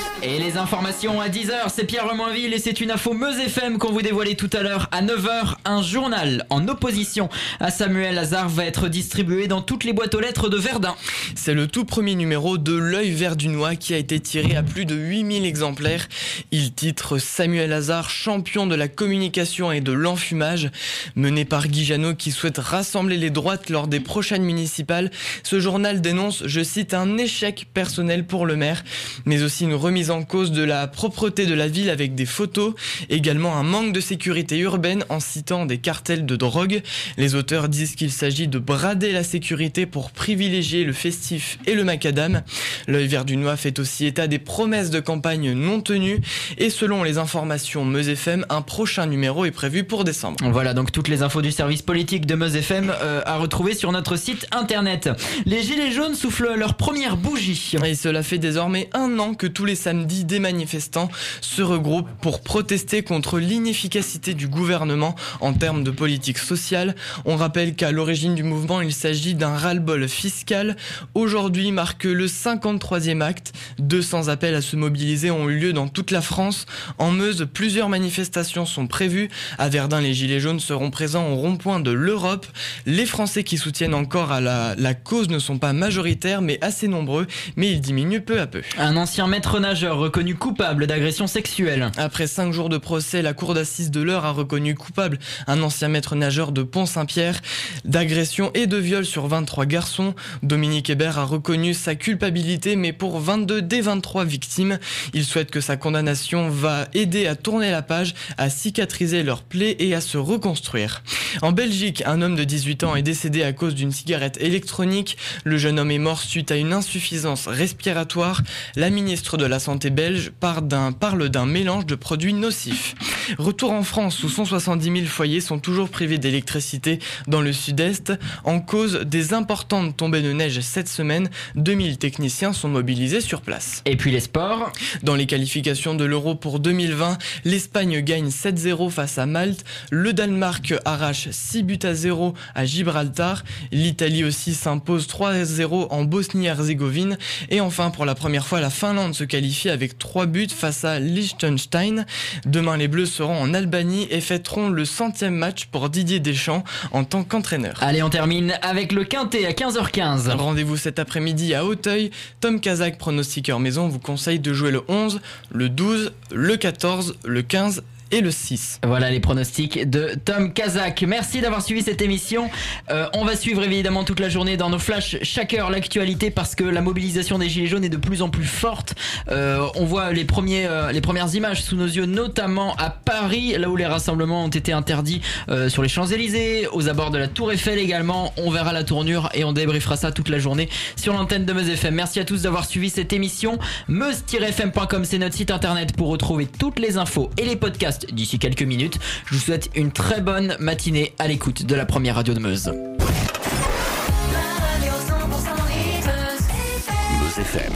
Les informations à 10h, c'est Pierre Remoinville et c'est une info Meuse FM qu'on vous dévoilait tout à l'heure à 9h. Un journal en opposition à Samuel Lazare va être distribué dans toutes les boîtes aux lettres de Verdun. C'est le tout premier numéro de L'œil verdunois qui a été tiré à plus de 8000 exemplaires. Il titre Samuel Lazare, champion de la communication et de l'enfumage. Mené par Guy Janot qui souhaite rassembler les droites lors des prochaines municipales, ce journal dénonce, je cite, un échec personnel pour le maire, mais aussi une remise en cause de la propreté de la ville avec des photos, également un manque de sécurité urbaine en citant des cartels de drogue. Les auteurs disent qu'il s'agit de brader la sécurité pour privilégier le festif et le macadam. L'œil verdunois fait aussi état des promesses de campagne non tenues et selon les informations Meuse FM, un prochain numéro est prévu pour décembre. Voilà donc toutes les infos du service politique de Meuse FM à retrouver sur notre site internet. Les Gilets jaunes soufflent leur première bougie. Et cela fait désormais 1 an que tous les samedis, des manifestants se regroupent pour protester contre l'inefficacité du gouvernement en termes de politique sociale. On rappelle qu'à l'origine du mouvement, il s'agit d'un ras-le-bol fiscal. Aujourd'hui marque le 53e acte. 200 appels à se mobiliser ont eu lieu dans toute la France. En Meuse, plusieurs manifestations sont prévues. À Verdun, les Gilets jaunes seront présents au rond-point de l'Europe. Les Français qui soutiennent encore à la cause ne sont pas majoritaires, mais assez nombreux. Mais ils diminuent peu à peu. Un ancien maître nageur reconnu coupable d'agression sexuelle. Après 5 jours de procès, la cour d'assises de l'Eure a reconnu coupable un ancien maître nageur de Pont-Saint-Pierre d'agression et de viol sur 23 garçons. Dominique Hébert a reconnu sa culpabilité, mais pour 22 des 23 victimes. Il souhaite que sa condamnation va aider à tourner la page, à cicatriser leurs plaies et à se reconstruire. En Belgique, un homme de 18 ans est décédé à cause d'une cigarette électronique. Le jeune homme est mort suite à une insuffisance respiratoire. La ministre de la Santé belge parle d'un mélange de produits nocifs. Retour en France où 170 000 foyers sont toujours privés d'électricité dans le sud-est en cause des importantes tombées de neige cette semaine. 2000 techniciens sont mobilisés sur place. Et puis les sports. Dans les qualifications de l'Euro pour 2020, l'Espagne gagne 7-0 face à Malte. Le Danemark arrache 6-0 à Gibraltar. L'Italie aussi s'impose 3-0 en Bosnie-Herzégovine. Et enfin, pour la première fois, la Finlande se qualifie avec 3 buts face à Liechtenstein. Demain, les Bleus seront en Albanie et fêteront le 100e match pour Didier Deschamps en tant qu'entraîneur. Allez, on termine avec le Quintet à 15h15. Rendez-vous cet après-midi à Auteuil. Tom Kazak, pronostiqueur maison, vous conseille de jouer le 11, le 12, le 14, le 15 et le 6. Voilà les pronostics de Tom Kazak. Merci d'avoir suivi cette émission. On va suivre évidemment toute la journée dans nos flashs chaque heure l'actualité parce que la mobilisation des Gilets jaunes est de plus en plus forte. On voit les premières images sous nos yeux, notamment à Paris, là où les rassemblements ont été interdits sur les Champs-Élysées, aux abords de la Tour Eiffel également. On verra la tournure et on débriefera ça toute la journée sur l'antenne de Meuse FM. Merci à tous d'avoir suivi cette émission. Meuse-fm.com, c'est notre site internet pour retrouver toutes les infos et les podcasts d'ici quelques minutes. Je vous souhaite une très bonne matinée à l'écoute de la première radio de Meuse.